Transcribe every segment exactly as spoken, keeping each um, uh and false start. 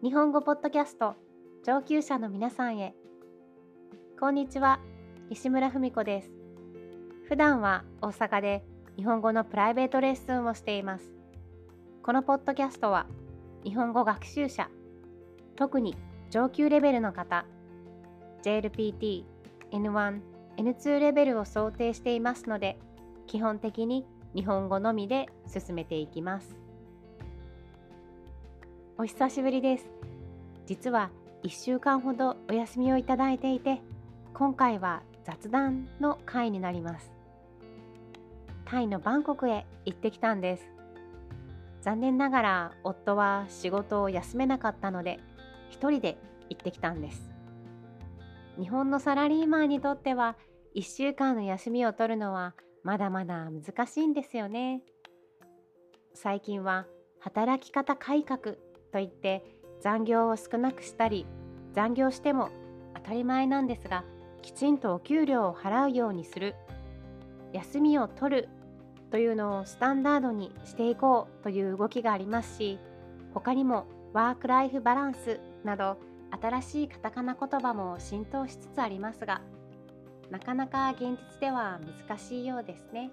日本語ポッドキャスト上級者の皆さんへ。こんにちは、石村文子です。普段は大阪で日本語のプライベートレッスンをしています。このポッドキャストは日本語学習者、特に上級レベルの方、ジェイエルピーティー、エヌワン、エヌツー レベルを想定していますので、基本的に日本語のみで進めていきます。お久しぶりです。実はいっしゅうかんほどお休みをいただいていて、今回は雑談の回になります。タイのバンコクへ行ってきたんです。残念ながら夫は仕事を休めなかったので、一人で行ってきたんです。日本のサラリーマンにとってはいっしゅうかんの休みを取るのはまだまだ難しいんですよね。最近は働き方改革といって残業を少なくしたり、残業しても当たり前なんですが、きちんとお給料を払うようにする、休みを取るというのをスタンダードにしていこうという動きがありますし、他にもワークライフバランスなど新しいカタカナ言葉も浸透しつつありますが、なかなか現実では難しいようですね。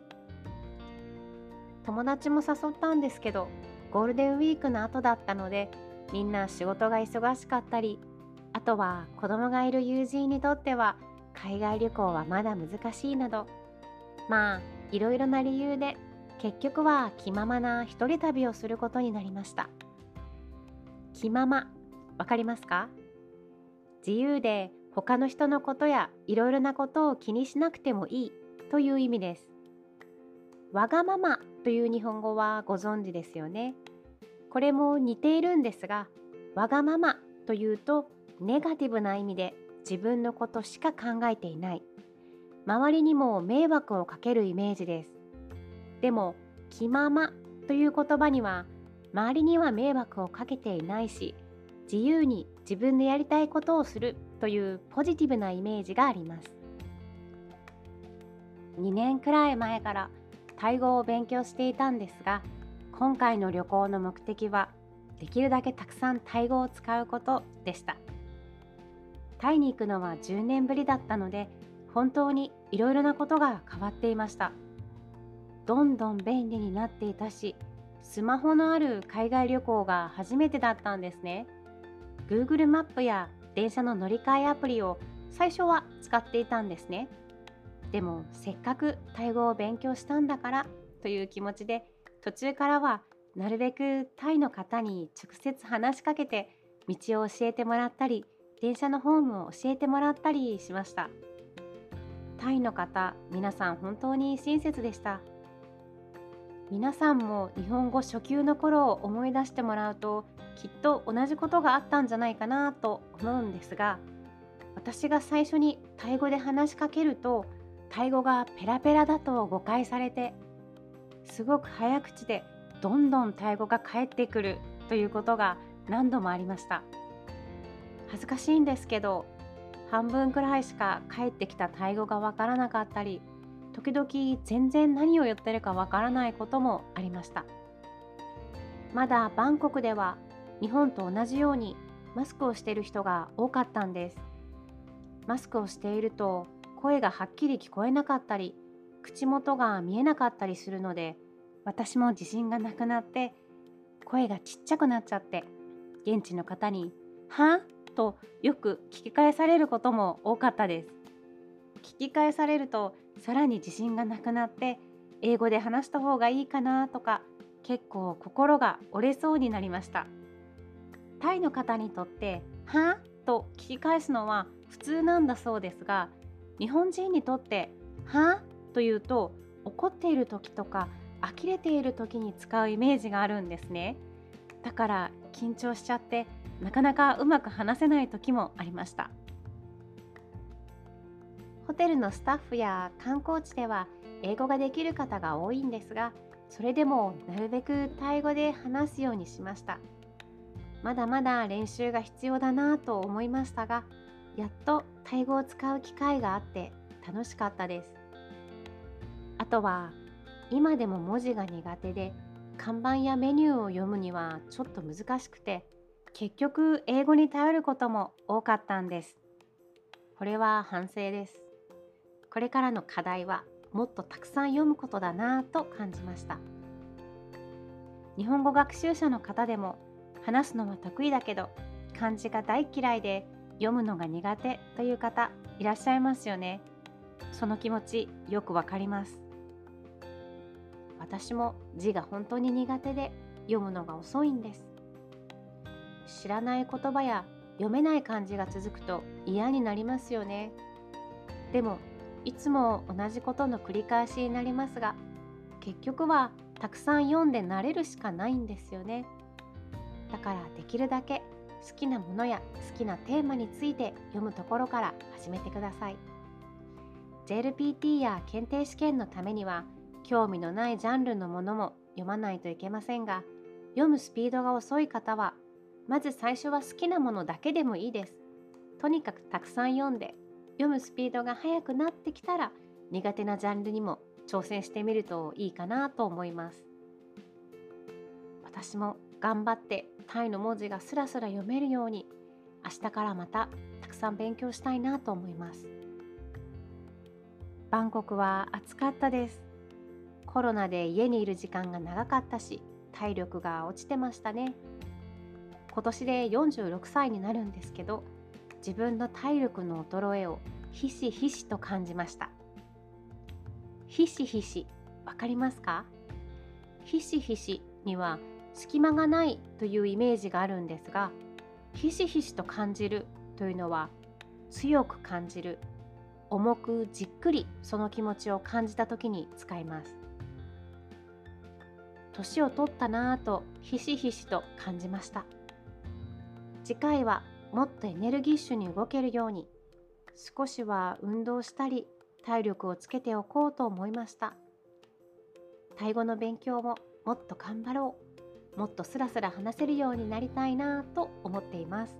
友達も誘ったんですけど、ゴールデンウィークの後だったので、みんな仕事が忙しかったり、あとは子供がいる友人にとっては海外旅行はまだ難しいなど、まあいろいろな理由で結局は気ままな一人旅をすることになりました。気まま、わかりますか？自由で他の人のことやいろいろなことを気にしなくてもいいという意味です。わがままという日本語はご存知ですよね。これも似ているんですが、わがままというとネガティブな意味で自分のことしか考えていない。周りにも迷惑をかけるイメージです。でも、気ままという言葉には周りには迷惑をかけていないし、自由に自分でやりたいことをするというポジティブなイメージがあります。にねんくらい前からタイ語を勉強していたんですが、今回の旅行の目的はできるだけたくさんタイ語を使うことでした。タイに行くのはじゅうねんぶりだったので、本当にいろいろなことが変わっていました。どんどん便利になっていたし、スマホのある海外旅行が初めてだったんですね。Google マップや電車の乗り換えアプリを最初は使っていたんですね。でもせっかくタイ語を勉強したんだからという気持ちで、途中からはなるべくタイの方に直接話しかけて道を教えてもらったり、電車のホームを教えてもらったりしました。タイの方、皆さん本当に親切でした。皆さんも日本語初級の頃を思い出してもらうと、きっと同じことがあったんじゃないかなと思うんですが、私が最初にタイ語で話しかけると、タイ語がペラペラだと誤解されて、すごく早口でどんどんタイ語が返ってくるということが何度もありました。恥ずかしいんですけど、半分くらいしか返ってきたタイ語がわからなかったり、時々全然何を言ってるかわからないこともありました。まだバンコクでは日本と同じようにマスクをしている人が多かったんです。マスクをしていると声がはっきり聞こえなかったり、口元が見えなかったりするので、私も自信がなくなって声がちっちゃくなっちゃって、現地の方にはとよく聞き返されることも多かったです。聞き返されるとさらに自信がなくなって、英語で話した方がいいかなとか、結構心が折れそうになりました。タイの方にとってはと聞き返すのは普通なんだそうですが、日本人にとってはというと怒っている時とか呆れている時に使うイメージがあるんですね。だから緊張しちゃってなかなかうまく話せない時もありました。ホテルのスタッフや観光地では英語ができる方が多いんですが、それでもなるべくタイ語で話すようにしました。まだまだ練習が必要だなと思いましたが、やっとタイ語を使う機会があって楽しかったです。あとは今でも文字が苦手で、看板やメニューを読むにはちょっと難しくて、 結局英語に頼ることも多かったんです。これは反省です。これからの課題はもっとたくさん読むことだなぁと感じました。日本語学習者の方でも話すのは得意だけど漢字が大嫌いで読むのが苦手という方いらっしゃいますよね。その気持ちよくわかります。私も字が本当に苦手で読むのが遅いんです。知らない言葉や読めない漢字が続くと嫌になりますよね。でもいつも同じことの繰り返しになりますが、結局はたくさん読んで慣れるしかないんですよね。だからできるだけ好きなものや好きなテーマについて読むところから始めてください。ジェイエルピーティー や検定試験のためには興味のないジャンルのものも読まないといけませんが、読むスピードが遅い方はまず最初は好きなものだけでもいいです。とにかくたくさん読んで、読むスピードが速くなってきたら苦手なジャンルにも挑戦してみるといいかなと思います。私も頑張ってタイの文字がスラスラ読めるように明日からまたたくさん勉強したいなと思います。バンコクは暑かったです。コロナで家にいる時間が長かったし体力が落ちてましたね。今年でよんじゅうろくさいになるんですけど、自分の体力の衰えをひしひしと感じました。ひしひし、わかりますか？ひしひしには隙間がないというイメージがあるんですが、ひしひしと感じるというのは強く感じる、重くじっくりその気持ちを感じた時に使います。年を取ったなぁとひしひしと感じました。次回はもっとエネルギッシュに動けるように少しは運動したり体力をつけておこうと思いました。タイ語の勉強ももっと頑張ろう、もっとスラスラ話せるようになりたいなと思っています。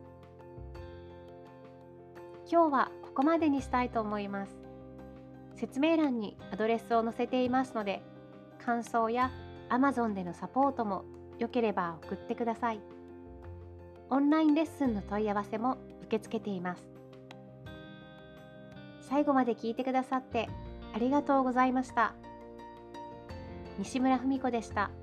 今日はここまでにしたいと思います。説明欄にアドレスを載せていますので、感想や アマゾン でのサポートもよければ送ってください。オンラインレッスンの問い合わせも受け付けています。最後まで聞いてくださってありがとうございました。西村文子でした。